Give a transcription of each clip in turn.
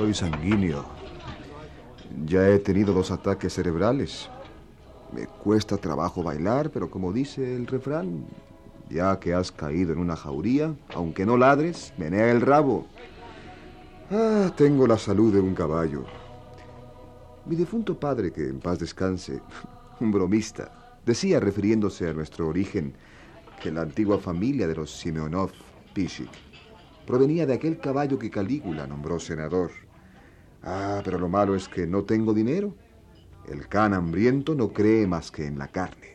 Soy sanguíneo. Ya he tenido 2 ataques cerebrales. Me cuesta trabajo bailar, pero como dice el refrán, ya que has caído en una jauría, aunque no ladres, menea el rabo. Tengo la salud de un caballo. Mi difunto padre, que en paz descanse, un bromista, decía, refiriéndose a nuestro origen, que la antigua familia de los Simeonov, Pishik, provenía de aquel caballo que Calígula nombró senador. Pero lo malo es que no tengo dinero. El can hambriento no cree más que en la carne.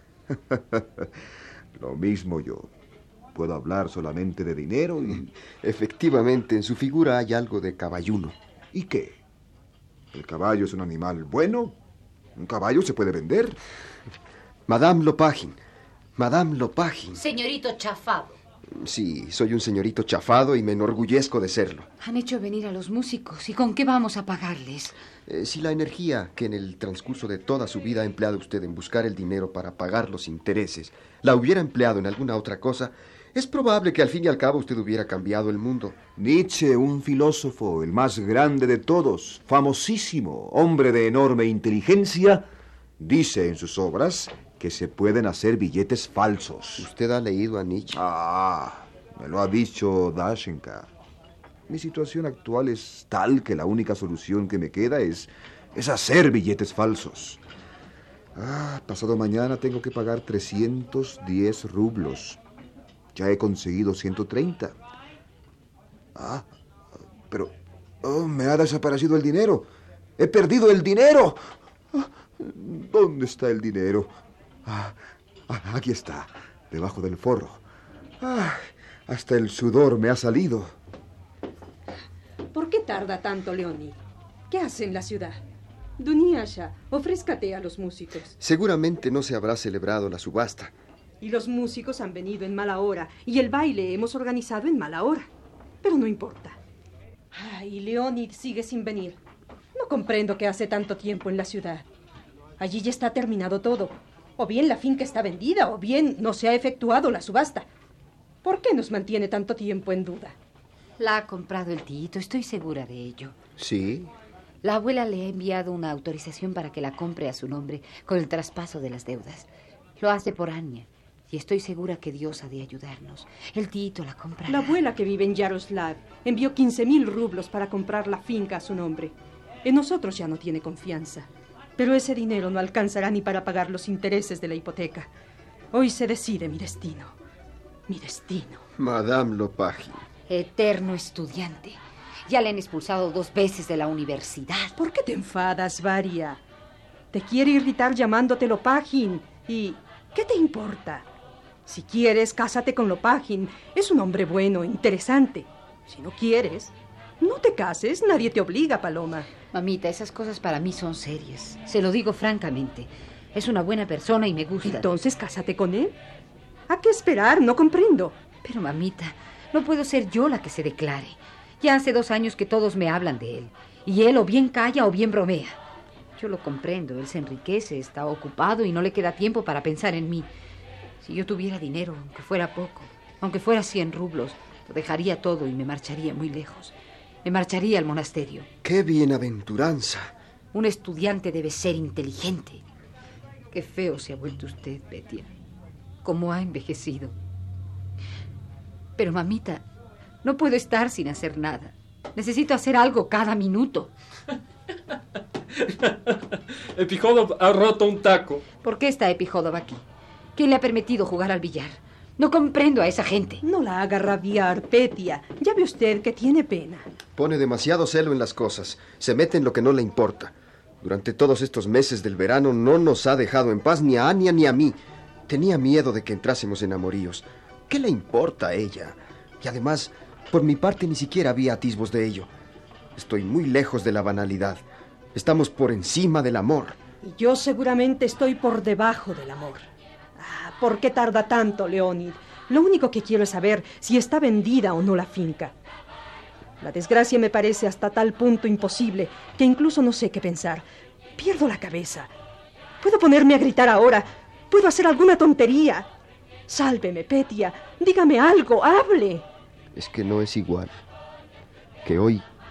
Lo mismo yo. Puedo hablar solamente de dinero y... Efectivamente, en su figura hay algo de caballuno. ¿Y qué? ¿El caballo es un animal bueno? ¿Un caballo se puede vender? Madame Lopagin. Madame Lopagin. Señorito chafado. Sí, soy un señorito chafado y me enorgullezco de serlo. Han hecho venir a los músicos. ¿Y con qué vamos a pagarles? Si la energía que en el transcurso de toda su vida ha empleado usted en buscar el dinero para pagar los intereses la hubiera empleado en alguna otra cosa, es probable que al fin y al cabo usted hubiera cambiado el mundo. Nietzsche, un filósofo, el más grande de todos, famosísimo, hombre de enorme inteligencia, dice en sus obras que se pueden hacer billetes falsos. ¿Usted ha leído a Nietzsche? Me lo ha dicho Dashenka. Mi situación actual es tal que la única solución que me queda es hacer billetes falsos. Pasado mañana tengo que pagar 310 rublos. Ya he conseguido 130. Pero me ha desaparecido el dinero. He perdido el dinero. ¿Dónde está el dinero? Aquí está, debajo del forro. Hasta el sudor me ha salido. ¿Por qué tarda tanto, Leonid? ¿Qué hace en la ciudad? Dunyasha, ofrézcate a los músicos. Seguramente no se habrá celebrado la subasta. Y los músicos han venido en mala hora, y el baile hemos organizado en mala hora. Pero no importa. Y Leonid sigue sin venir. No comprendo qué hace tanto tiempo en la ciudad. Allí ya está terminado todo. O bien la finca está vendida, o bien no se ha efectuado la subasta. ¿Por qué nos mantiene tanto tiempo en duda? La ha comprado el tito, estoy segura de ello. ¿Sí? La abuela le ha enviado una autorización para que la compre a su nombre con el traspaso de las deudas. Lo hace por Anya, y estoy segura que Dios ha de ayudarnos. El tito la comprará. La abuela que vive en Yaroslav envió 15,000 rublos para comprar la finca a su nombre. En nosotros ya no tiene confianza. Pero ese dinero no alcanzará ni para pagar los intereses de la hipoteca. Hoy se decide mi destino. Mi destino. Madame Lopagin. Eterno estudiante. Ya le han expulsado 2 veces de la universidad. ¿Por qué te enfadas, Varia? Te quiere irritar llamándote Lopagin. ¿Y qué te importa? Si quieres, cásate con Lopagin. Es un hombre bueno, interesante. Si no quieres, no te cases. Nadie te obliga, Paloma. Mamita, esas cosas para mí son serias. Se lo digo francamente. Es una buena persona y me gusta. Entonces, cásate con él. ¿A qué esperar? No comprendo. Pero, mamita, no puedo ser yo la que se declare. Ya hace 2 años que todos me hablan de él. Y él o bien calla o bien bromea. Yo lo comprendo. Él se enriquece, está ocupado y no le queda tiempo para pensar en mí. Si yo tuviera dinero, aunque fuera poco, aunque fuera 100 rublos, lo dejaría todo y me marcharía muy lejos. Me marcharía al monasterio. ¡Qué bienaventuranza! Un estudiante debe ser inteligente. Qué feo se ha vuelto usted, Petia. Cómo ha envejecido. Pero, mamita, no puedo estar sin hacer nada. Necesito hacer algo cada minuto. Epijodov ha roto un taco. ¿Por qué está Epijodov aquí? ¿Quién le ha permitido jugar al billar? No comprendo a esa gente. No la haga rabiar, Petia. Ya ve usted que tiene pena. Pone demasiado celo en las cosas. Se mete en lo que no le importa. Durante todos estos meses del verano no nos ha dejado en paz ni a Anya ni a mí. Tenía miedo de que entrásemos en amoríos. ¿Qué le importa a ella? Y además, por mi parte ni siquiera había atisbos de ello. Estoy muy lejos de la banalidad. Estamos por encima del amor. Y yo seguramente estoy por debajo del amor. ¿Por qué tarda tanto, Leonid? Lo único que quiero es saber si está vendida o no la finca. La desgracia me parece hasta tal punto imposible que incluso no sé qué pensar. Pierdo la cabeza. Puedo ponerme a gritar ahora. Puedo hacer alguna tontería. Sálveme, Petia. Dígame algo, hable. Es que no es igual. Que hoy,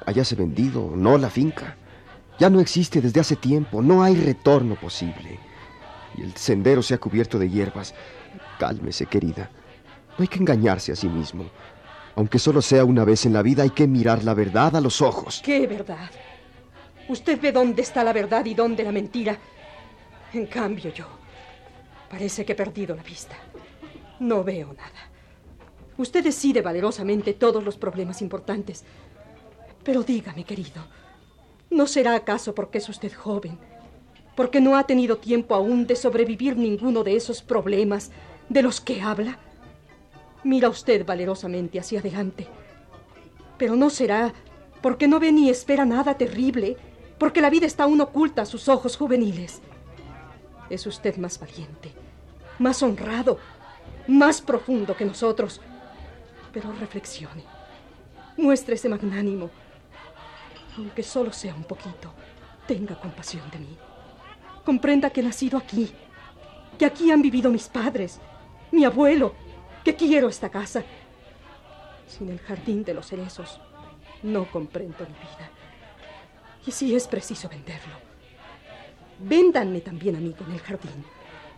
hayase vendido o no la finca. Ya no existe desde hace tiempo, no hay retorno posible. Y el sendero se ha cubierto de hierbas. Cálmese, querida. No hay que engañarse a sí mismo. Aunque solo sea una vez en la vida, hay que mirar la verdad a los ojos. ¿Qué verdad? Usted ve dónde está la verdad y dónde la mentira. En cambio, yo parece que he perdido la vista. No veo nada. Usted decide valerosamente todos los problemas importantes. Pero dígame, querido, ¿no será acaso porque es usted joven? ¿Porque no ha tenido tiempo aún de sobrevivir ninguno de esos problemas de los que habla? Mira usted valerosamente hacia adelante. Pero no será porque no ve ni espera nada terrible, porque la vida está aún oculta a sus ojos juveniles. Es usted más valiente, más honrado, más profundo que nosotros. Pero reflexione, muéstrese magnánimo, aunque solo sea un poquito. Tenga compasión de mí. Comprenda que he nacido aquí, que aquí han vivido mis padres, mi abuelo, que quiero esta casa. Sin el jardín de los cerezos no comprendo mi vida. Y si es preciso venderlo, véndanme también a mí con el jardín.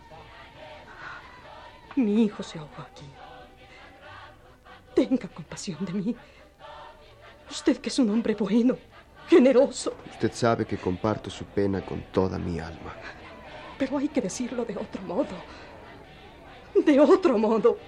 Mi hijo se ahogó aquí. Tenga compasión de mí. Usted que es un hombre bueno, generoso. Usted sabe que comparto su pena con toda mi alma. Pero hay que decirlo de otro modo. De otro modo.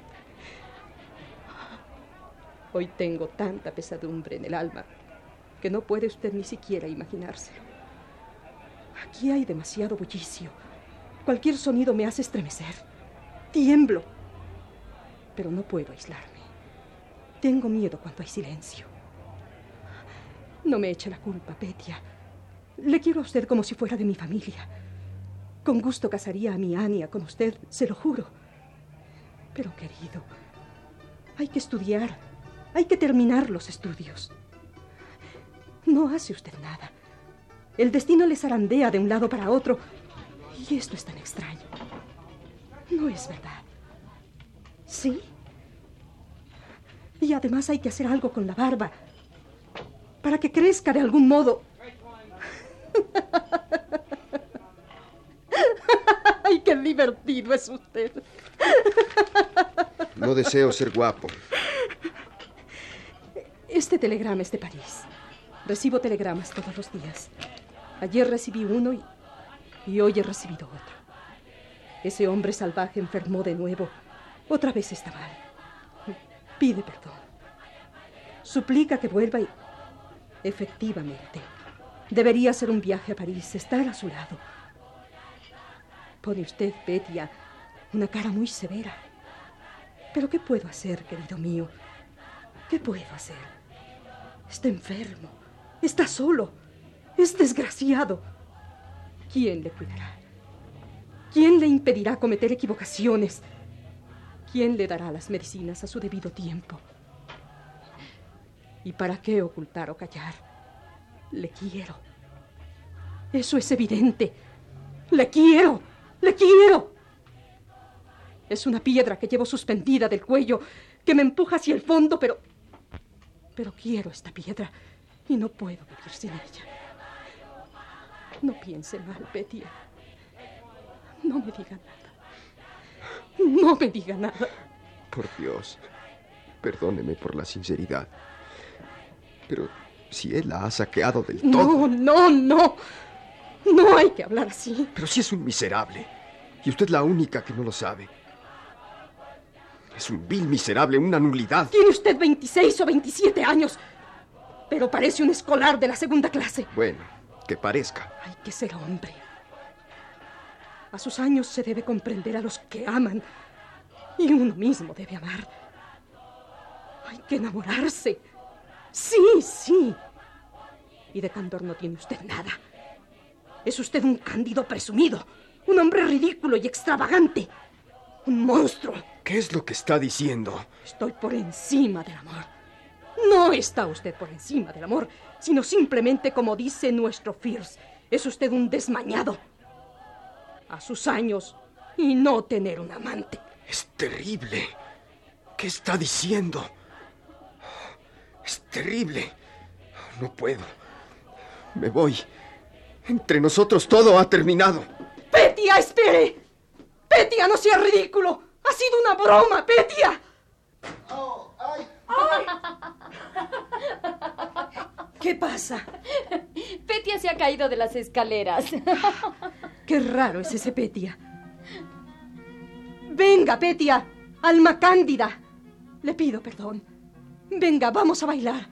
Hoy tengo tanta pesadumbre en el alma que no puede usted ni siquiera imaginárselo. Aquí hay demasiado bullicio. Cualquier sonido me hace estremecer. Tiemblo. Pero no puedo aislarme. Tengo miedo cuando hay silencio. No me eche la culpa, Petia. Le quiero a usted como si fuera de mi familia. Con gusto casaría a mi Ania con usted, se lo juro. Pero, querido, hay que estudiar. Hay que terminar los estudios. No hace usted nada. El destino le zarandea de un lado para otro. Y esto es tan extraño. No es verdad. ¿Sí? Y además hay que hacer algo con la barba, para que crezca de algún modo. ¡Ay, qué divertido es usted! No deseo ser guapo. Este telegrama es de París. Recibo telegramas todos los días. Ayer recibí uno y hoy he recibido otro. Ese hombre salvaje enfermó de nuevo. Otra vez está mal. Pide perdón. Suplica que vuelva y... Efectivamente, debería hacer un viaje a París, estar a su lado. Pone usted, Petia, una cara muy severa. Pero ¿qué puedo hacer, querido mío? ¿Qué puedo hacer? Está enfermo, está solo, es desgraciado. ¿Quién le cuidará? ¿Quién le impedirá cometer equivocaciones? ¿Quién le dará las medicinas a su debido tiempo? ¿Y para qué ocultar o callar? Le quiero. Eso es evidente. Le quiero. ¡Le quiero! Es una piedra que llevo suspendida del cuello, que me empuja hacia el fondo, pero quiero esta piedra y no puedo vivir sin ella. No piense mal, Petia. No me diga nada. No me diga nada. Por Dios, perdóneme por la sinceridad. Pero si él la ha saqueado del todo... No. No hay que hablar así. Pero si es un miserable. Y usted la única que no lo sabe. Es un vil miserable, una nulidad. Tiene usted 26 o 27 años. Pero parece un escolar de la segunda clase. Bueno, que parezca. Hay que ser hombre. A sus años se debe comprender a los que aman. Y uno mismo debe amar. Hay que enamorarse. Sí. Y de candor no tiene usted nada. Es usted un cándido presumido, un hombre ridículo y extravagante, un monstruo. ¿Qué es lo que está diciendo? Estoy por encima del amor. No está usted por encima del amor, sino simplemente, como dice nuestro Fierce, es usted un desmañado. A sus años, y no tener un amante. Es terrible. ¿Qué está diciendo? Es terrible. No puedo. Me voy. Entre nosotros todo ha terminado. ¡Petia, espere! ¡Petia, no sea ridículo! ¡Ha sido una broma, Petia! Oh, ay. ¿Qué pasa? Petia se ha caído de las escaleras. Qué raro es ese Petia. Venga, Petia, alma cándida. Le pido perdón. Venga, vamos a bailar.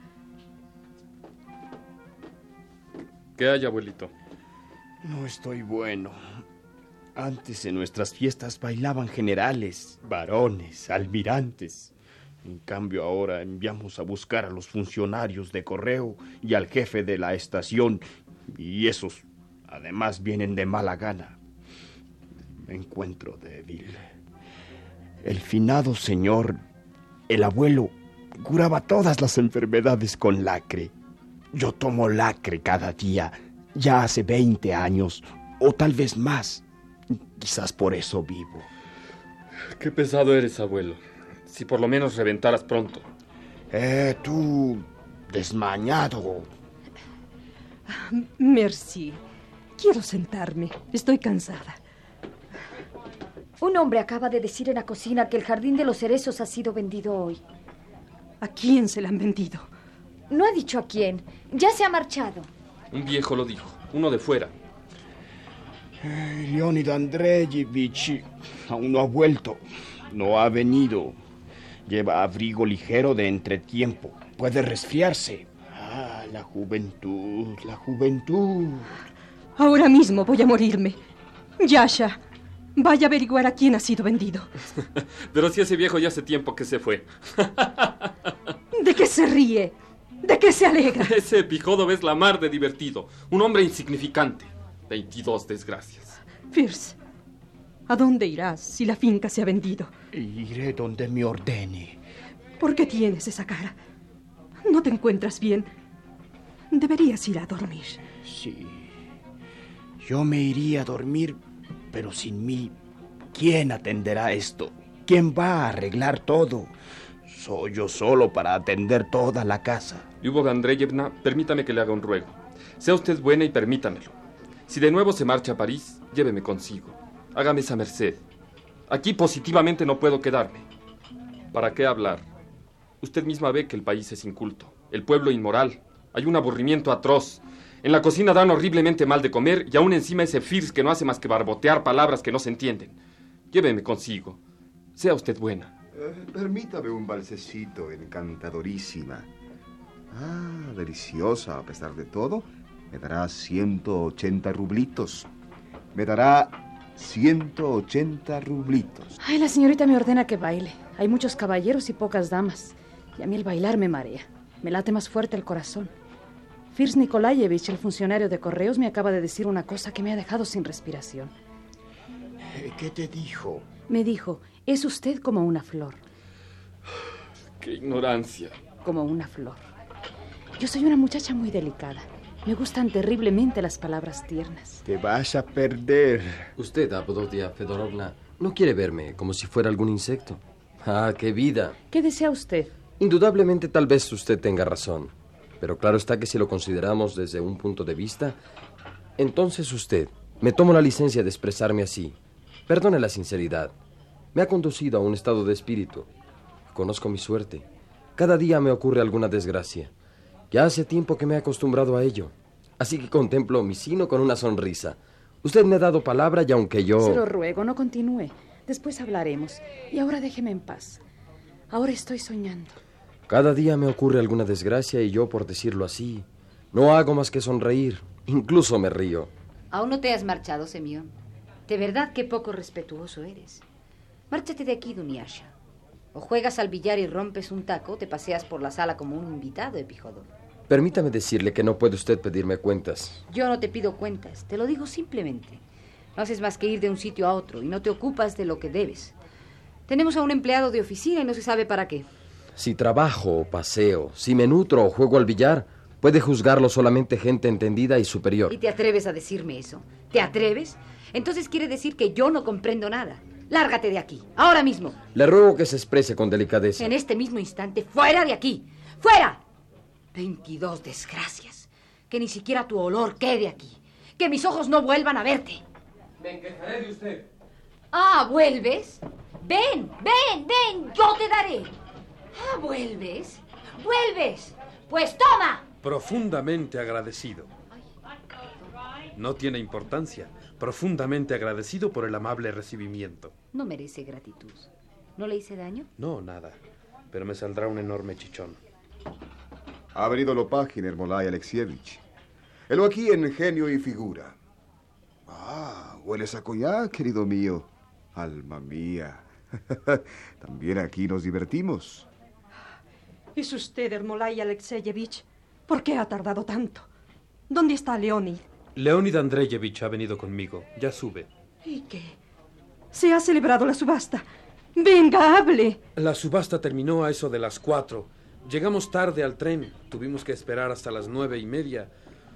¿Qué hay, abuelito? No estoy bueno. Antes en nuestras fiestas bailaban generales, varones, almirantes. En cambio ahora enviamos a buscar a los funcionarios de correo y al jefe de la estación. Y esos, además, vienen de mala gana. Me encuentro débil. El finado señor, el abuelo, curaba todas las enfermedades con lacre. Yo tomo lacre cada día, ya hace 20 años, o tal vez más. Quizás por eso vivo. Qué pesado eres, abuelo. Si por lo menos reventaras pronto. Tú, desmañado. Merci. Quiero sentarme. Estoy cansada. Un hombre acaba de decir en la cocina que el jardín de los cerezos ha sido vendido hoy. ¿A quién se la han vendido? No ha dicho a quién. Ya se ha marchado. Un viejo lo dijo, uno de fuera. Leonid Andreyevich aún no ha vuelto. No ha venido. Lleva abrigo ligero de entretiempo. Puede resfriarse. Ah, la juventud, la juventud. Ahora mismo voy a morirme. Yasha, vaya a averiguar a quién ha sido vendido. Pero si ese viejo ya hace tiempo que se fue. ¿De qué se ríe? ¿De qué se alegra? Ese Epijodo es la mar de divertido. Un hombre insignificante. 22 desgracias. Fierce, ¿a dónde irás si la finca se ha vendido? Iré donde me ordene. ¿Por qué tienes esa cara? ¿No te encuentras bien? Deberías ir a dormir. Sí. Yo me iría a dormir, pero sin mí, ¿quién atenderá esto? ¿Quién va a arreglar todo? Soy yo solo para atender toda la casa. Lyubov Andreyevna, permítame que le haga un ruego. Sea usted buena y permítamelo. Si de nuevo se marcha a París, lléveme consigo. Hágame esa merced. Aquí positivamente no puedo quedarme. ¿Para qué hablar? Usted misma ve que el país es inculto, el pueblo inmoral. Hay un aburrimiento atroz. En la cocina dan horriblemente mal de comer y aún encima ese Fierce que no hace más que barbotear palabras que no se entienden. Lléveme consigo. Sea usted buena. Permítame un balsecito, encantadorísima. Ah, deliciosa a pesar de todo. Me dará 180 rublitos. Me dará 180 rublitos. Ay, la señorita me ordena que baile. Hay muchos caballeros y pocas damas. Y a mí el bailar me marea. Me late más fuerte el corazón. Fierce Nikolayevich, el funcionario de correos, me acaba de decir una cosa que me ha dejado sin respiración. ¿Qué te dijo? Me dijo, es usted como una flor. ¡Qué ignorancia! Como una flor. Yo soy una muchacha muy delicada. Me gustan terriblemente las palabras tiernas. Te vas a perder. Usted, Avdotia Fedorovna, no quiere verme como si fuera algún insecto. ¡Ah, qué vida! ¿Qué desea usted? Indudablemente tal vez usted tenga razón. Pero claro está que si lo consideramos desde un punto de vista, entonces usted, me tomo la licencia de expresarme así. Perdone la sinceridad. Me ha conducido a un estado de espíritu. Conozco mi suerte. Cada día me ocurre alguna desgracia. Ya hace tiempo que me he acostumbrado a ello. Así que contemplo mi sino con una sonrisa. Usted me ha dado palabra y aunque yo... Se lo ruego, no continúe. Después hablaremos. Y ahora déjeme en paz. Ahora estoy soñando. Cada día me ocurre alguna desgracia y yo, por decirlo así, no hago más que sonreír. Incluso me río. Aún no te has marchado, Semyon. De verdad qué poco respetuoso eres. Márchate de aquí, Dunyasha. O juegas al billar y rompes un taco, o te paseas por la sala como un invitado, Epijodo. Permítame decirle que no puede usted pedirme cuentas. Yo no te pido cuentas, te lo digo simplemente. No haces más que ir de un sitio a otro y no te ocupas de lo que debes. Tenemos a un empleado de oficina y no se sabe para qué. Si trabajo o paseo, si me nutro o juego al billar, puede juzgarlo solamente gente entendida y superior. ¿Y te atreves a decirme eso? ¿Te atreves? Entonces quiere decir que yo no comprendo nada. Lárgate de aquí, ahora mismo. Le ruego que se exprese con delicadeza. En este mismo instante, ¡fuera de aquí! ¡Fuera! 22 desgracias. Que ni siquiera tu olor quede aquí. Que mis ojos no vuelvan a verte. Me quejaré de usted. Ah, ¿vuelves? Ven, ven, ven, yo te daré. Ah, ¿vuelves? ¿Vuelves? Pues toma. Profundamente agradecido. No tiene importancia. Profundamente agradecido por el amable recibimiento. No merece gratitud. ¿No le hice daño? No, nada. Pero me saldrá un enorme chichón. Ha venido Lopagin, Ermolai Alexievich. Helo aquí en genio y figura. Ah, hueles a coñac, querido mío. Alma mía. También aquí nos divertimos. ¿Es usted Ermolai Alexeyevich? ¿Por qué ha tardado tanto? ¿Dónde está Leonid? Leonid Andreyevich ha venido conmigo. Ya sube. ¿Y qué? Se ha celebrado la subasta. Venga, hable. La subasta terminó a eso de las 4. Llegamos tarde al tren. Tuvimos que esperar hasta las 9:30.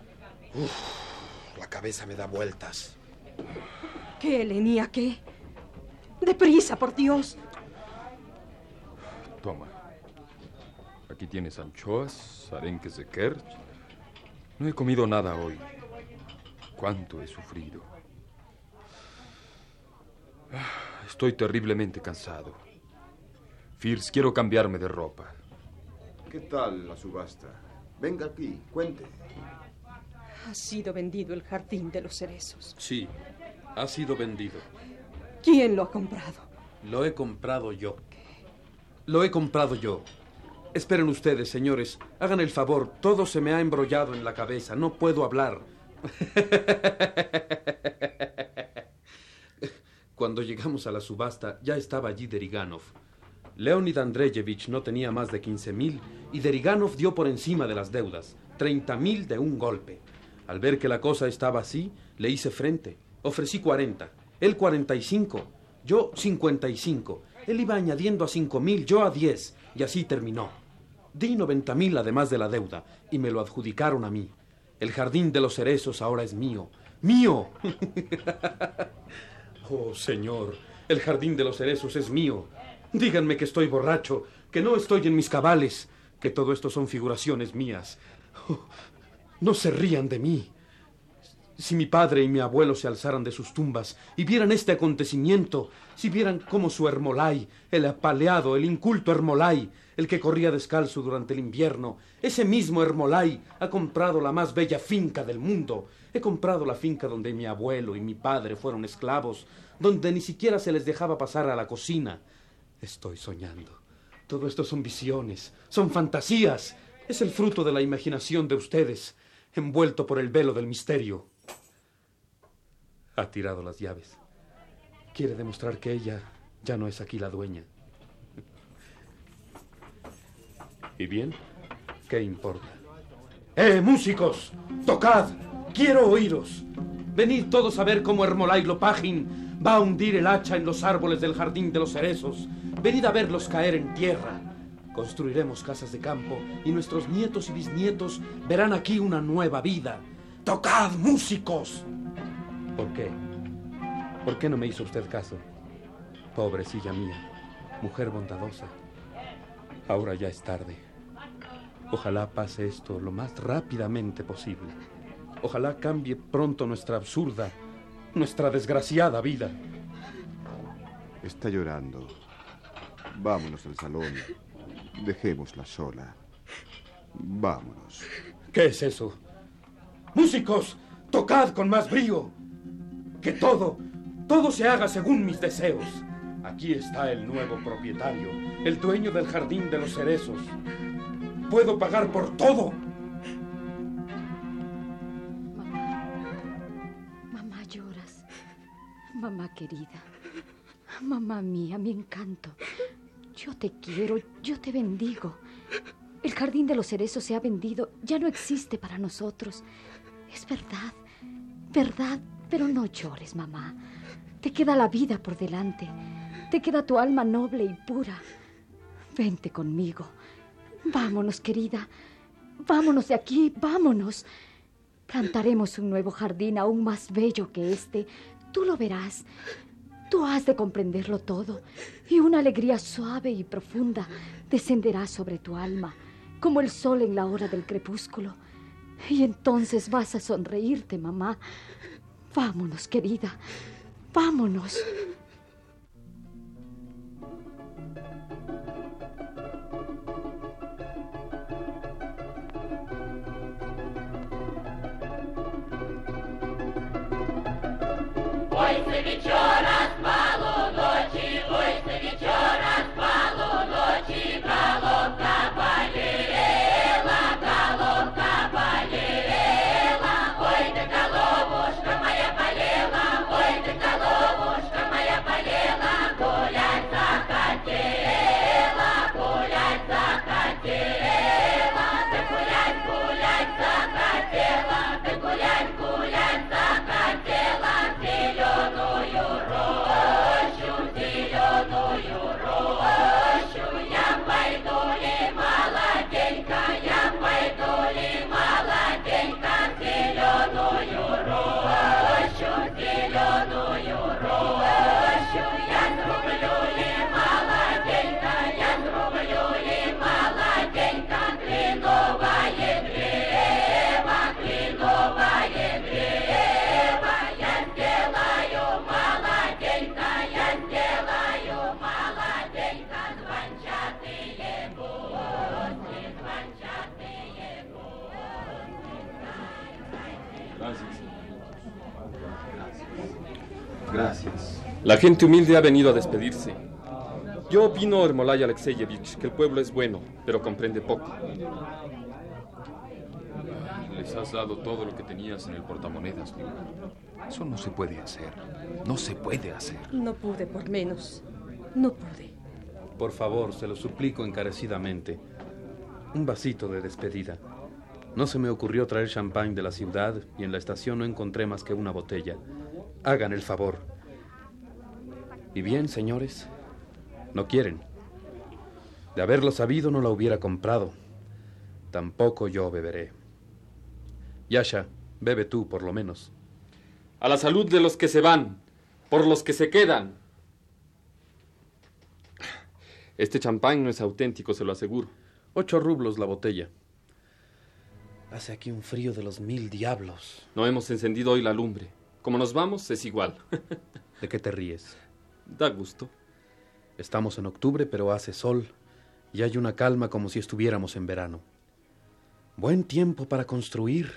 La cabeza me da vueltas. ¿Qué, Lenia, qué? Deprisa, por Dios. Toma. Aquí tienes anchoas, arenques de Kerch. No he comido nada hoy. Cuánto he sufrido. Estoy terriblemente cansado. Firs, quiero cambiarme de ropa. ¿Qué tal la subasta? Venga aquí, cuente. Ha sido vendido el jardín de los cerezos. Sí, ha sido vendido. ¿Quién lo ha comprado? Lo he comprado yo. Lo he comprado yo. Esperen ustedes, señores. Hagan el favor. Todo se me ha embrollado en la cabeza. No puedo hablar. Cuando llegamos a la subasta, ya estaba allí Deriganov. Leonid Andreyevich no tenía más de 15.000 y Deriganov dio por encima de las deudas, 30.000 de un golpe. Al ver que la cosa estaba así, le hice frente. Ofrecí 40, él 45, yo 55. Él iba añadiendo a 5.000, yo a 10, y así terminó. Di 90.000 además de la deuda, y me lo adjudicaron a mí. El jardín de los cerezos ahora es mío. ¡Mío! Oh, señor, el jardín de los cerezos es mío. Díganme que estoy borracho, que no estoy en mis cabales, que todo esto son figuraciones mías. Oh, no se rían de mí. Si mi padre y mi abuelo se alzaran de sus tumbas y vieran este acontecimiento, si vieran cómo su Ermolai, el apaleado, el inculto Ermolai, el que corría descalzo durante el invierno, ese mismo Ermolai ha comprado la más bella finca del mundo. He comprado la finca donde mi abuelo y mi padre fueron esclavos, donde ni siquiera se les dejaba pasar a la cocina. Estoy soñando. Todo esto son visiones, son fantasías. Es el fruto de la imaginación de ustedes, envuelto por el velo del misterio. Ha tirado las llaves. Quiere demostrar que ella ya no es aquí la dueña. ¿Y bien? ¿Qué importa? ¡Músicos! ¡Tocad! ¡Quiero oíros! Venid todos a ver cómo Ermolai Lopagin va a hundir el hacha en los árboles del jardín de los cerezos. Venid a verlos caer en tierra. Construiremos casas de campo y nuestros nietos y bisnietos verán aquí una nueva vida. ¡Tocad, músicos! ¿Por qué? ¿Por qué no me hizo usted caso? Pobrecilla mía, mujer bondadosa. Ahora ya es tarde. Ojalá pase esto lo más rápidamente posible. Ojalá cambie pronto nuestra absurda, nuestra desgraciada vida. Está llorando. Vámonos al salón. Dejémosla sola. Vámonos. ¿Qué es eso? ¡Músicos! ¡Tocad con más brío! Que todo se haga según mis deseos. Aquí está el nuevo propietario, el dueño del jardín de los cerezos. Puedo pagar por todo. Mamá, lloras. Mamá querida. Mamá mía, mi encanto. Yo te quiero, yo te bendigo. El jardín de los cerezos se ha vendido, ya no existe para nosotros. Es verdad, verdad, pero no llores, mamá. Te queda la vida por delante. Te queda tu alma noble y pura. Vente conmigo. Vámonos, querida. Vámonos de aquí, vámonos. Plantaremos un nuevo jardín aún más bello que este. Tú lo verás. Tú has de comprenderlo todo. Y una alegría suave y profunda descenderá sobre tu alma, como el sol en la hora del crepúsculo. Y entonces vas a sonreírte, mamá. Vámonos, querida. Vámonos. Ой, це вечора спало ночі, ой, це вечора спало ночі, головка болела, ой, да головушка моя болела, ой, да головушка моя болела, гулять захотела, да гулять захотела, да гулять захотела, зеленую рощу, я пойду ли молоденько, зеленую рощу, я срублю ли молоденько, кленовое древо, я сделаю молоденько, звончатые гости. Gracias. La gente humilde ha venido a despedirse. Yo opino, Ermolay Alexeyevich, que el pueblo es bueno, pero comprende poco. Les has dado todo lo que tenías en el portamonedas, Luna. Eso no se puede hacer. No se puede hacer. No pude, por menos. No pude. Por favor, se lo suplico encarecidamente. Un vasito de despedida. No se me ocurrió traer champán de la ciudad y en la estación no encontré más que una botella. Hagan el favor. Y bien, señores, no quieren. De haberlo sabido no la hubiera comprado. Tampoco yo beberé. Yasha, bebe tú por lo menos. A la salud de los que se van, por los que se quedan. Este champán no es auténtico, se lo aseguro. 8 rublos la botella. Hace aquí un frío de los 1000 diablos. No hemos encendido hoy la lumbre. Como nos vamos, es igual. ¿De qué te ríes? Da gusto. Estamos en octubre, pero hace sol y hay una calma como si estuviéramos en verano. Buen tiempo para construir.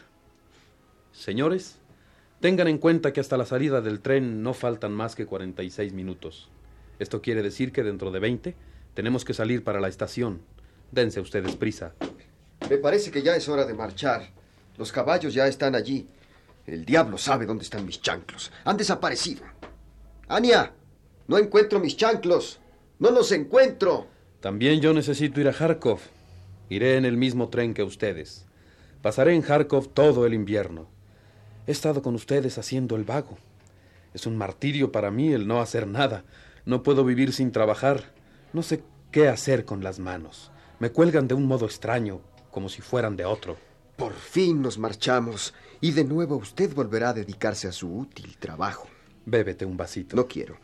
Señores, tengan en cuenta que hasta la salida del tren no faltan más que 46 minutos. Esto quiere decir que dentro de 20 tenemos que salir para la estación. Dense ustedes prisa. Me parece que ya es hora de marchar. Los caballos ya están allí. El diablo sabe dónde están mis chanclos. Han desaparecido. ¡Ania! No encuentro mis chanclos. ¡No los encuentro! También yo necesito ir a Kharkov. Iré en el mismo tren que ustedes. Pasaré en Kharkov todo el invierno. He estado con ustedes haciendo el vago. Es un martirio para mí el no hacer nada. No puedo vivir sin trabajar. No sé qué hacer con las manos. Me cuelgan de un modo extraño, como si fueran de otro. Por fin nos marchamos. Y de nuevo usted volverá a dedicarse a su útil trabajo. Bébete un vasito. No quiero.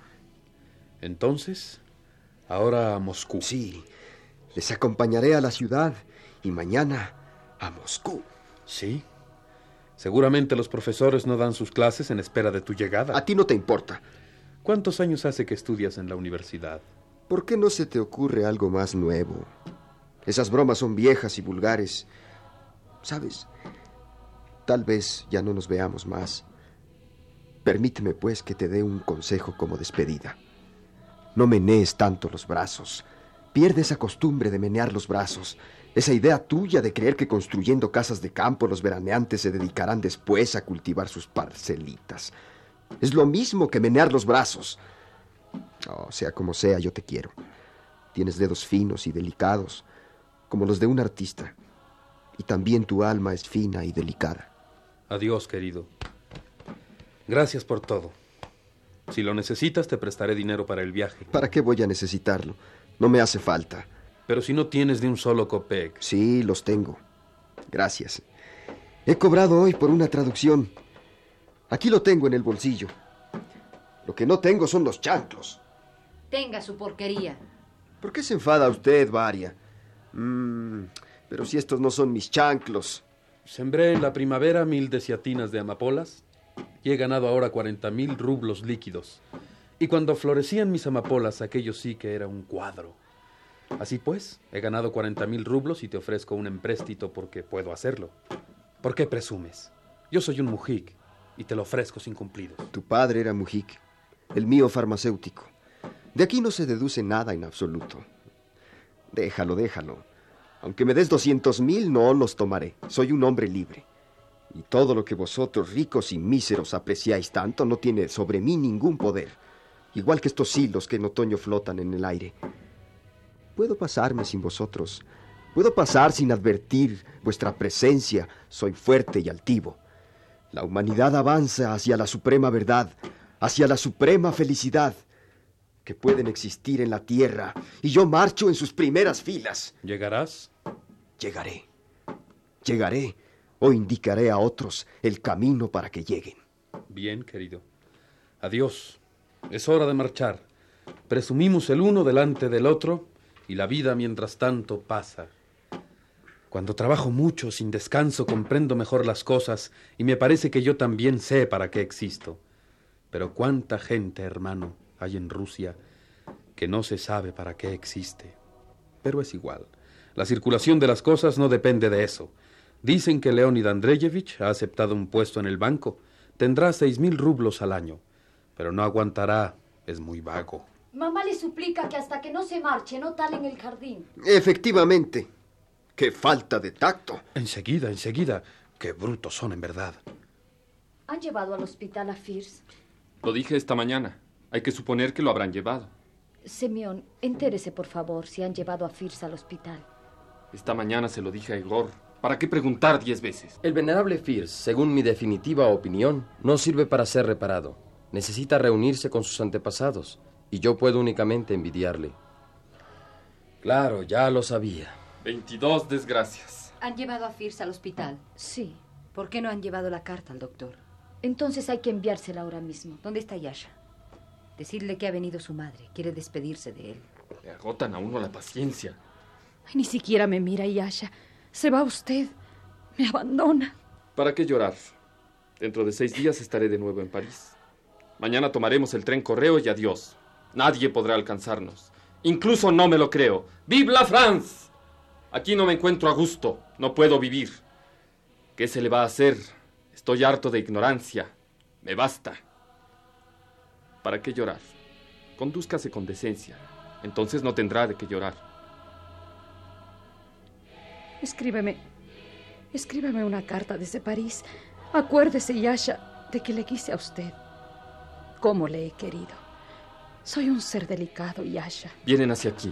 Entonces, ahora a Moscú. Sí, les acompañaré a la ciudad y mañana a Moscú. ¿Sí? Seguramente los profesores no dan sus clases en espera de tu llegada. A ti no te importa. ¿Cuántos años hace que estudias en la universidad? ¿Por qué no se te ocurre algo más nuevo? Esas bromas son viejas y vulgares. ¿Sabes? Tal vez ya no nos veamos más. Permíteme, pues, que te dé un consejo como despedida. No menees tanto los brazos. Pierde esa costumbre de menear los brazos. Esa idea tuya de creer que construyendo casas de campo los veraneantes se dedicarán después a cultivar sus parcelitas. Es lo mismo que menear los brazos. Oh, sea como sea, yo te quiero. Tienes dedos finos y delicados, como los de un artista. Y también tu alma es fina y delicada. Adiós, querido. Gracias por todo. Si lo necesitas, te prestaré dinero para el viaje. ¿Para qué voy a necesitarlo? No me hace falta. Pero si no tienes ni un solo kopek. Sí, los tengo. Gracias. He cobrado hoy por una traducción. Aquí lo tengo en el bolsillo. Lo que no tengo son los chanclos. Tenga su porquería. ¿Por qué se enfada usted, Varia? Pero si estos no son mis chanclos. Sembré en la primavera 1000 desiatinas de amapolas y he ganado ahora 40.000 rublos líquidos. Y cuando florecían mis amapolas, aquello sí que era un cuadro. Así pues, he ganado 40.000 rublos y te ofrezco un empréstito porque puedo hacerlo. ¿Por qué presumes? Yo soy un mujik y te lo ofrezco sin cumplidos. Tu padre era mujik, el mío farmacéutico. De aquí no se deduce nada en absoluto. Déjalo. Aunque me des 200.000, no los tomaré. Soy un hombre libre. Y todo lo que vosotros, ricos y míseros, apreciáis tanto, no tiene sobre mí ningún poder. Igual que estos hilos que en otoño flotan en el aire. Puedo pasarme sin vosotros. Puedo pasar sin advertir vuestra presencia. Soy fuerte y altivo. La humanidad avanza hacia la suprema verdad, hacia la suprema felicidad que pueden existir en la tierra, y yo marcho en sus primeras filas. ¿Llegarás? Llegaré, o indicaré a otros el camino para que lleguen. Bien, querido. Adiós. Es hora de marchar. Presumimos el uno delante del otro y la vida mientras tanto pasa. Cuando trabajo mucho, sin descanso, comprendo mejor las cosas y me parece que yo también sé para qué existo. Pero cuánta gente, hermano, hay en Rusia que no se sabe para qué existe. Pero es igual. La circulación de las cosas no depende de eso. Dicen que Leonid Andreyevich ha aceptado un puesto en el banco. Tendrá 6.000 rublos al año. Pero no aguantará. Es muy vago. Mamá le suplica que hasta que no se marche no talen el jardín. Efectivamente. ¡Qué falta de tacto! Enseguida. Qué brutos son, en verdad. ¿Han llevado al hospital a Firs? Lo dije esta mañana. Hay que suponer que lo habrán llevado. Semyon, entérese, por favor, si han llevado a Firs al hospital. Esta mañana se lo dije a Igor. ¿Para qué preguntar 10 veces? El venerable Firs, según mi definitiva opinión, no sirve para ser reparado. Necesita reunirse con sus antepasados, y yo puedo únicamente envidiarle. Claro, ya lo sabía. 22 desgracias. ¿Han llevado a Firs al hospital? Sí. ¿Por qué no han llevado la carta al doctor? Entonces hay que enviársela ahora mismo. ¿Dónde está Yasha? Decidle que ha venido su madre. Quiere despedirse de él. Le agotan a uno la paciencia. Ay, ni siquiera me mira, Yasha. Se va usted. Me abandona. ¿Para qué llorar? Dentro de 6 días estaré de nuevo en París. Mañana tomaremos el tren correo y adiós. Nadie podrá alcanzarnos. Incluso no me lo creo. ¡Vive la France! Aquí no me encuentro a gusto. No puedo vivir. ¿Qué se le va a hacer? Estoy harto de ignorancia. Me basta. ¿Para qué llorar? Condúzcase con decencia. Entonces no tendrá de qué llorar. Escríbeme una carta desde París. Acuérdese, Yasha, de que le quise a usted. ¿Cómo le he querido? Soy un ser delicado, Yasha. Vienen hacia aquí.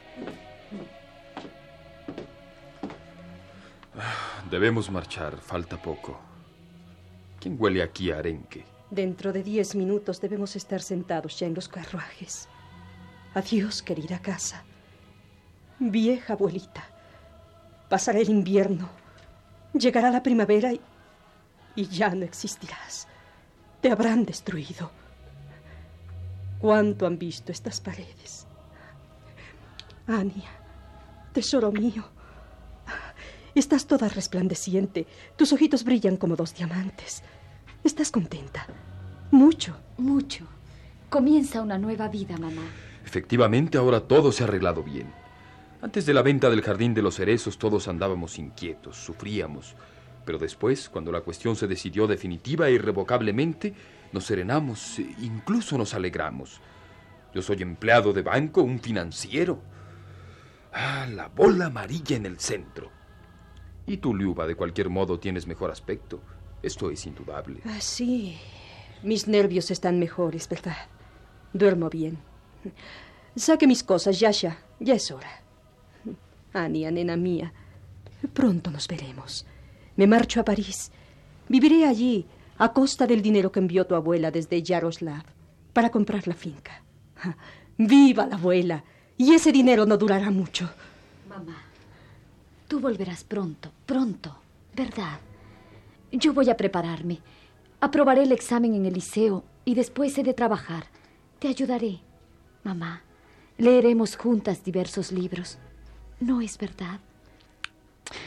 Debemos marchar, falta poco. ¿Quién huele aquí a arenque? Dentro de 10 minutos debemos estar sentados ya en los carruajes. Adiós, querida casa. Vieja abuelita. Pasará el invierno. Llegará la primavera y ya no existirás. Te habrán destruido. ¿Cuánto han visto estas paredes? Ania, tesoro mío. Estás toda resplandeciente. Tus ojitos brillan como 2 diamantes. ¿Estás contenta? Mucho. Mucho. Comienza una nueva vida, mamá. Efectivamente, ahora todo se ha arreglado bien. Antes de la venta del Jardín de los Cerezos todos andábamos inquietos, sufríamos. Pero después, cuando la cuestión se decidió definitiva e irrevocablemente, nos serenamos, incluso nos alegramos. Yo soy empleado de banco, un financiero. La bola amarilla en el centro. Y tú, Liuba, de cualquier modo tienes mejor aspecto. Esto es indudable. Sí. Mis nervios están mejores, ¿verdad? Duermo bien. Saque mis cosas, Yasha. Ya es hora. Ania, nena mía. Pronto nos veremos. Me marcho a París. Viviré allí, a costa del dinero que envió tu abuela desde Yaroslav para comprar la finca. ¡Viva la abuela! Y ese dinero no durará mucho. Mamá, tú volverás pronto, ¿verdad? Yo voy a prepararme. Aprobaré el examen en el liceo y después he de trabajar. Te ayudaré. Mamá, leeremos juntas diversos libros. ¿No es verdad?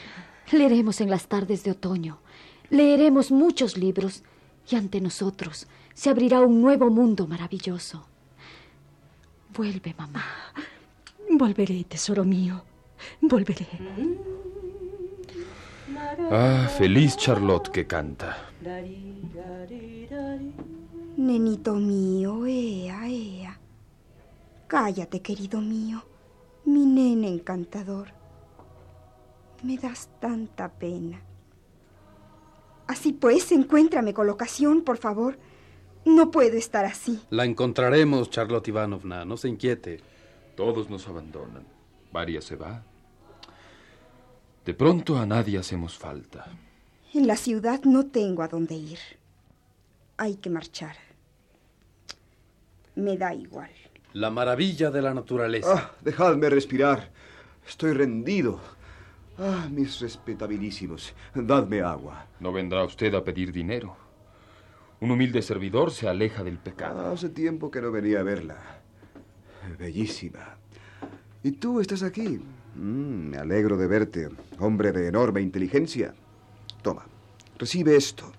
Leeremos en las tardes de otoño. Leeremos muchos libros y ante nosotros se abrirá un nuevo mundo maravilloso. Vuelve, mamá. Volveré, tesoro mío. Volveré. Ah, feliz Charlotte que canta. Nenito mío, ea. Cállate, querido mío. Mi nene encantador. Me das tanta pena. Así pues, encuéntrame colocación, por favor. No puedo estar así. La encontraremos, Charlotte Ivanovna. No se inquiete. Todos nos abandonan. Varia se va. De pronto a nadie hacemos falta. En la ciudad no tengo a dónde ir. Hay que marchar. Me da igual. La maravilla de la naturaleza. Dejadme respirar. Estoy rendido. Mis respetabilísimos, dadme agua. No vendrá usted a pedir dinero. Un humilde servidor se aleja del pecado. Hace tiempo que no venía a verla. Bellísima. ¿Y tú estás aquí? Me alegro de verte, hombre de enorme inteligencia. Toma, recibe esto.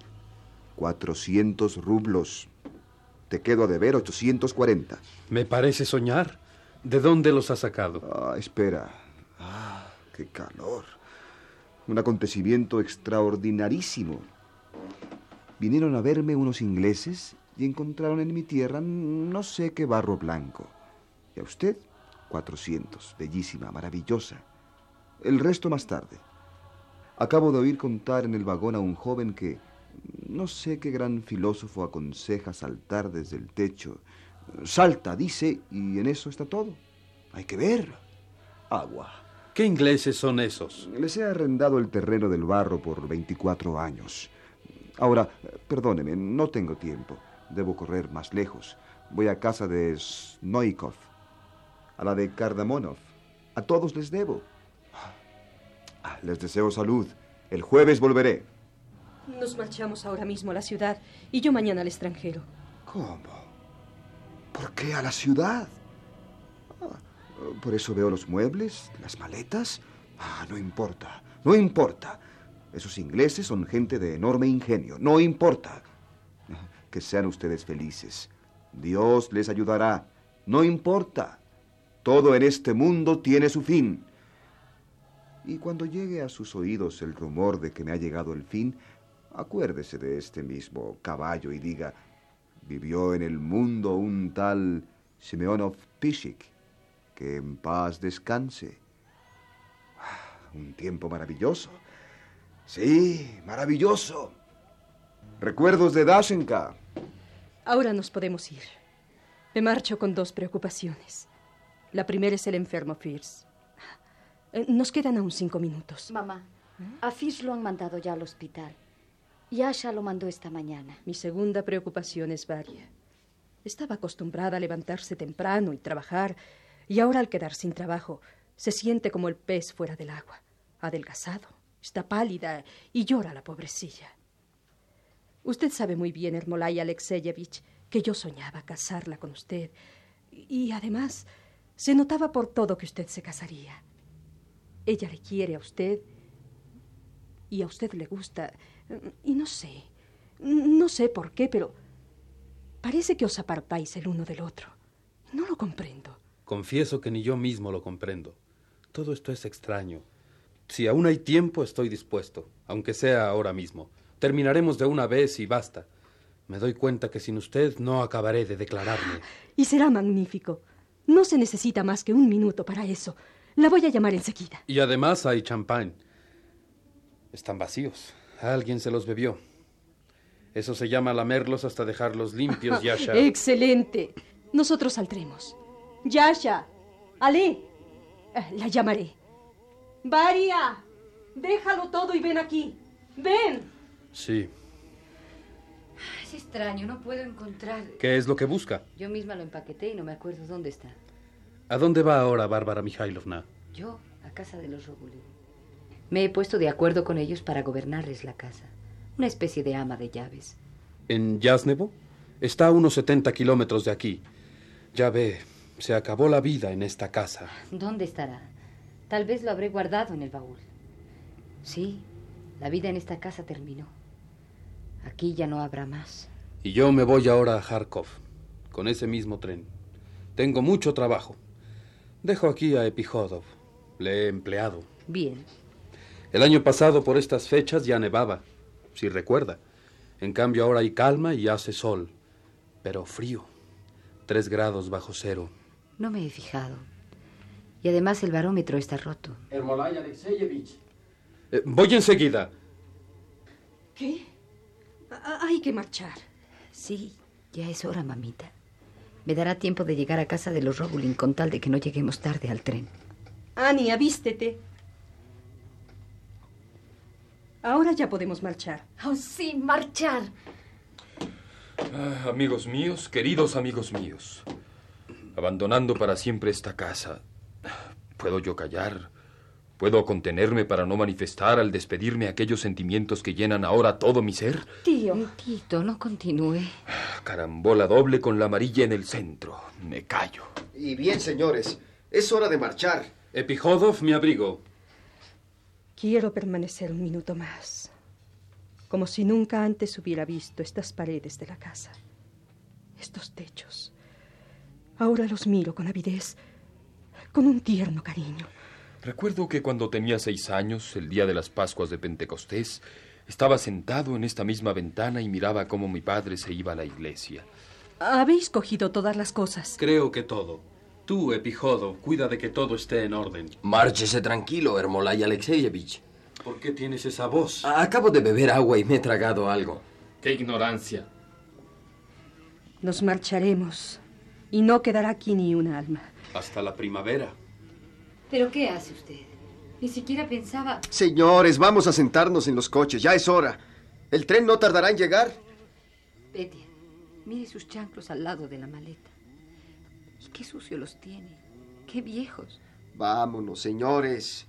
400 rublos. Te quedo a deber 840. Me parece soñar. ¿De dónde los has sacado? Espera. ¡Qué calor! Un acontecimiento extraordinarísimo. Vinieron a verme unos ingleses y encontraron en mi tierra no sé qué barro blanco. ¿Y a usted? 400. Bellísima, maravillosa. El resto más tarde. Acabo de oír contar en el vagón a un joven que no sé qué gran filósofo aconseja saltar desde el techo. Salta, dice, y en eso está todo. Hay que ver. Agua. ¿Qué ingleses son esos? Les he arrendado el terreno del barro por 24 años. Ahora, perdóneme, no tengo tiempo. Debo correr más lejos. Voy a casa de Snoikov, a la de Kardamonov. A todos les debo. Les deseo salud. El jueves volveré. Nos marchamos ahora mismo a la ciudad y yo mañana al extranjero. ¿Cómo? ¿Por qué a la ciudad? Por eso veo los muebles, las maletas. No importa, no importa. Esos ingleses son gente de enorme ingenio. No importa. Que sean ustedes felices. Dios les ayudará. No importa. Todo en este mundo tiene su fin. Y cuando llegue a sus oídos el rumor de que me ha llegado el fin, acuérdese de este mismo caballo y diga: vivió en el mundo un tal Simeonov Pishik. Que en paz descanse. Un tiempo maravilloso. Sí, maravilloso. Recuerdos de Dashenka. Ahora nos podemos ir. Me marcho con 2 preocupaciones. La primera es el enfermo Fierz. Nos quedan aún 5 minutos. Mamá, a Fierz lo han mandado ya al hospital. Yasha lo mandó esta mañana. Mi segunda preocupación es Varia. Estaba acostumbrada a levantarse temprano y trabajar, y ahora al quedar sin trabajo se siente como el pez fuera del agua. Ha adelgazado, está pálida y llora la pobrecilla. Usted sabe muy bien, Ermolai Alexeyevich, que yo soñaba casarla con usted. Y además, se notaba por todo que usted se casaría. Ella le quiere a usted y a usted le gusta. Y no sé por qué, pero parece que os apartáis el uno del otro. No lo comprendo. Confieso que ni yo mismo lo comprendo. Todo esto es extraño. Si aún hay tiempo, estoy dispuesto, aunque sea ahora mismo. Terminaremos de una vez y basta. Me doy cuenta que sin usted no acabaré de declararme. Y será magnífico. No se necesita más que 1 minuto para eso. La voy a llamar enseguida. Y además hay champán. Están vacíos. Alguien se los bebió. Eso se llama lamerlos hasta dejarlos limpios, Yasha. ¡Excelente! Nosotros saldremos. Yasha, Ale, la llamaré. Varia, déjalo todo y ven aquí. ¡Ven! Sí. Es extraño, no puedo encontrar... ¿Qué es lo que busca? Yo misma lo empaqueté y no me acuerdo dónde está. ¿A dónde va ahora Bárbara Mikhailovna? Yo, a casa de los Rogulev. Me he puesto de acuerdo con ellos para gobernarles la casa. Una especie de ama de llaves. ¿En Yasnevo? Está a unos 70 kilómetros de aquí. Ya ve, se acabó la vida en esta casa. ¿Dónde estará? Tal vez lo habré guardado en el baúl. Sí, la vida en esta casa terminó. Aquí ya no habrá más. Y yo me voy ahora a Kharkov, con ese mismo tren. Tengo mucho trabajo. Dejo aquí a Epijodov. Le he empleado. Bien. El año pasado, por estas fechas, ya nevaba, si recuerda. En cambio, ahora hay calma y hace sol. Pero frío. 3 grados bajo cero. No me he fijado. Y además el barómetro está roto. Ermolay Alexeyevich. Voy enseguida. ¿Qué? Hay que marchar. Sí, ya es hora, mamita. Me dará tiempo de llegar a casa de los Robulin con tal de que no lleguemos tarde al tren. Ania, vístete. Ahora ya podemos marchar. Oh, sí, marchar. Amigos míos, queridos amigos míos, abandonando para siempre esta casa, ¿puedo yo callar? ¿Puedo contenerme para no manifestar al despedirme aquellos sentimientos que llenan ahora todo mi ser? Tío. Tito, no continúe. Carambola doble con la amarilla en el centro. Me callo. Y bien, señores, es hora de marchar. Epijodov, mi abrigo. Quiero permanecer un minuto más, como si nunca antes hubiera visto estas paredes de la casa, estos techos. Ahora los miro con avidez, con un tierno cariño. Recuerdo que cuando tenía 6 años, el día de las Pascuas de Pentecostés, estaba sentado en esta misma ventana y miraba cómo mi padre se iba a la iglesia. ¿Habéis cogido todas las cosas? Creo que todo. Tú, Epijodov, cuida de que todo esté en orden. Márchese tranquilo, Ermolay Alexeyevich. ¿Por qué tienes esa voz? Acabo de beber agua y me he tragado algo. ¡Qué ignorancia! Nos marcharemos y no quedará aquí ni un alma. Hasta la primavera. ¿Pero qué hace usted? Ni siquiera pensaba... Señores, vamos a sentarnos en los coches, ya es hora. ¿El tren no tardará en llegar? Petia, mire sus chanclos al lado de la maleta. Y qué sucio los tiene. Qué viejos. Vámonos, señores.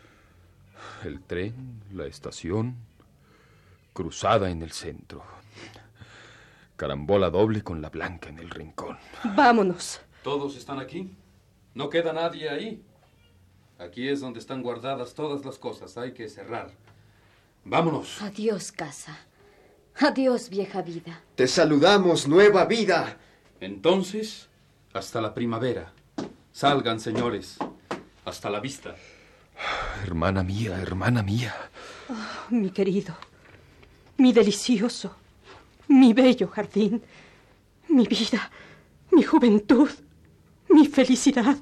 El tren, la estación, cruzada en el centro. Carambola doble con la blanca en el rincón. Vámonos. ¿Todos están aquí? ¿No queda nadie ahí? Aquí es donde están guardadas todas las cosas. Hay que cerrar. ¡Vámonos! Adiós, casa. Adiós, vieja vida. Te saludamos, nueva vida. Entonces, hasta la primavera. Salgan, señores. Hasta la vista. Hermana mía, hermana mía. Oh, mi querido, mi delicioso, mi bello jardín, mi vida, mi juventud, mi felicidad.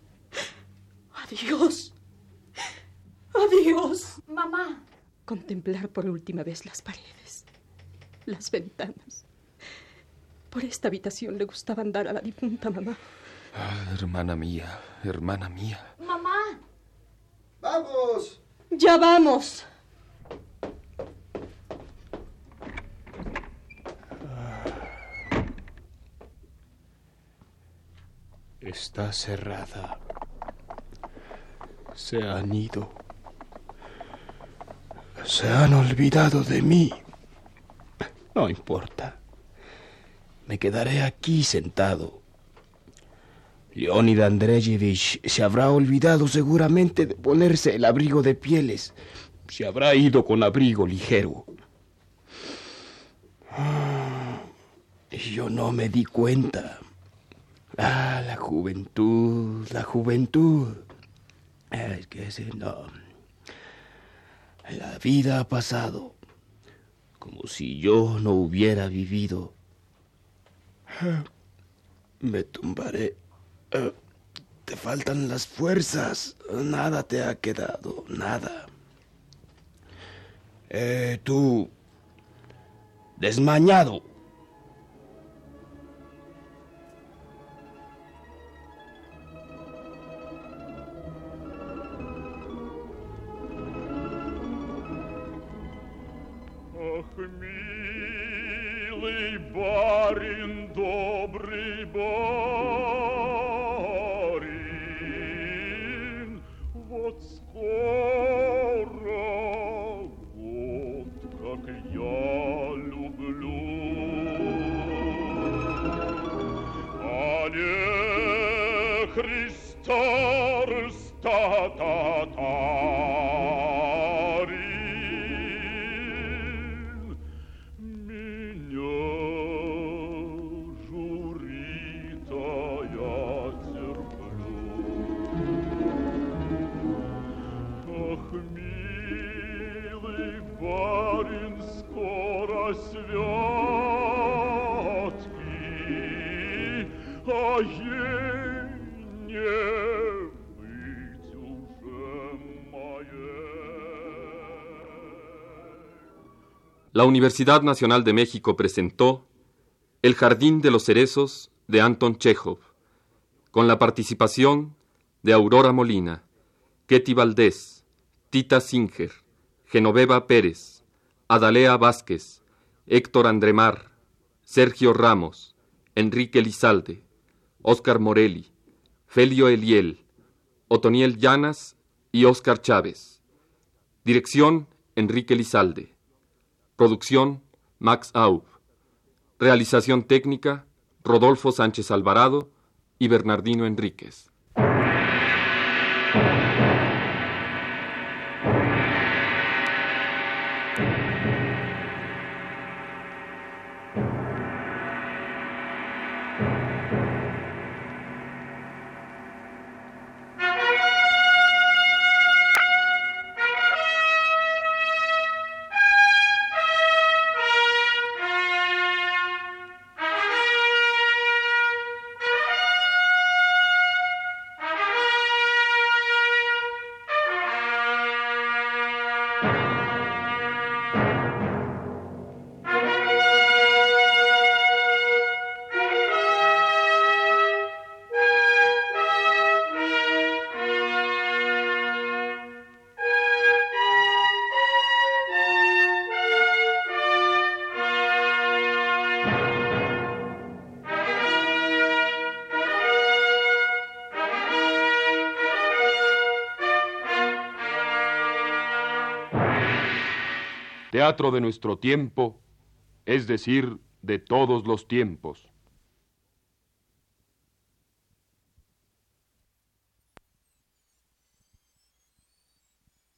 Adiós. Adiós. Mamá. Contemplar por última vez las paredes, las ventanas. Por esta habitación le gustaba andar a la difunta mamá. Hermana mía, hermana mía. Mamá. ¡Vamos! ¡Ya vamos! Está cerrada. Se han ido. Se han olvidado de mí. No importa. Me quedaré aquí sentado. Leonid Andreyevich se habrá olvidado seguramente de ponerse el abrigo de pieles. Se habrá ido con abrigo ligero. Y yo no me di cuenta. La juventud, la juventud. Es que no. La vida ha pasado como si yo no hubiera vivido. Me tumbaré. Te faltan las fuerzas. Nada te ha quedado, nada. Tú, desmañado. Милый барин, добрый барин, вот скоро, вот как я люблю. Але Христа, Христа, татари, барин скоро святки, а ей не быть уже моей. La Universidad Nacional de México presentó El Jardín de los Cerezos de Anton Chekhov, con la participación de Aurora Molina, Ketty Valdés, Tita Singer, Genoveva Pérez, Adalea Vázquez, Héctor Andremar, Sergio Ramos, Enrique Lizalde, Óscar Morelli, Felio Eliel, Otoniel Llanas y Óscar Chávez. Dirección, Enrique Lizalde. Producción, Max Aub. Realización técnica, Rodolfo Sánchez Alvarado y Bernardino Enríquez. Teatro de nuestro tiempo, es decir, de todos los tiempos.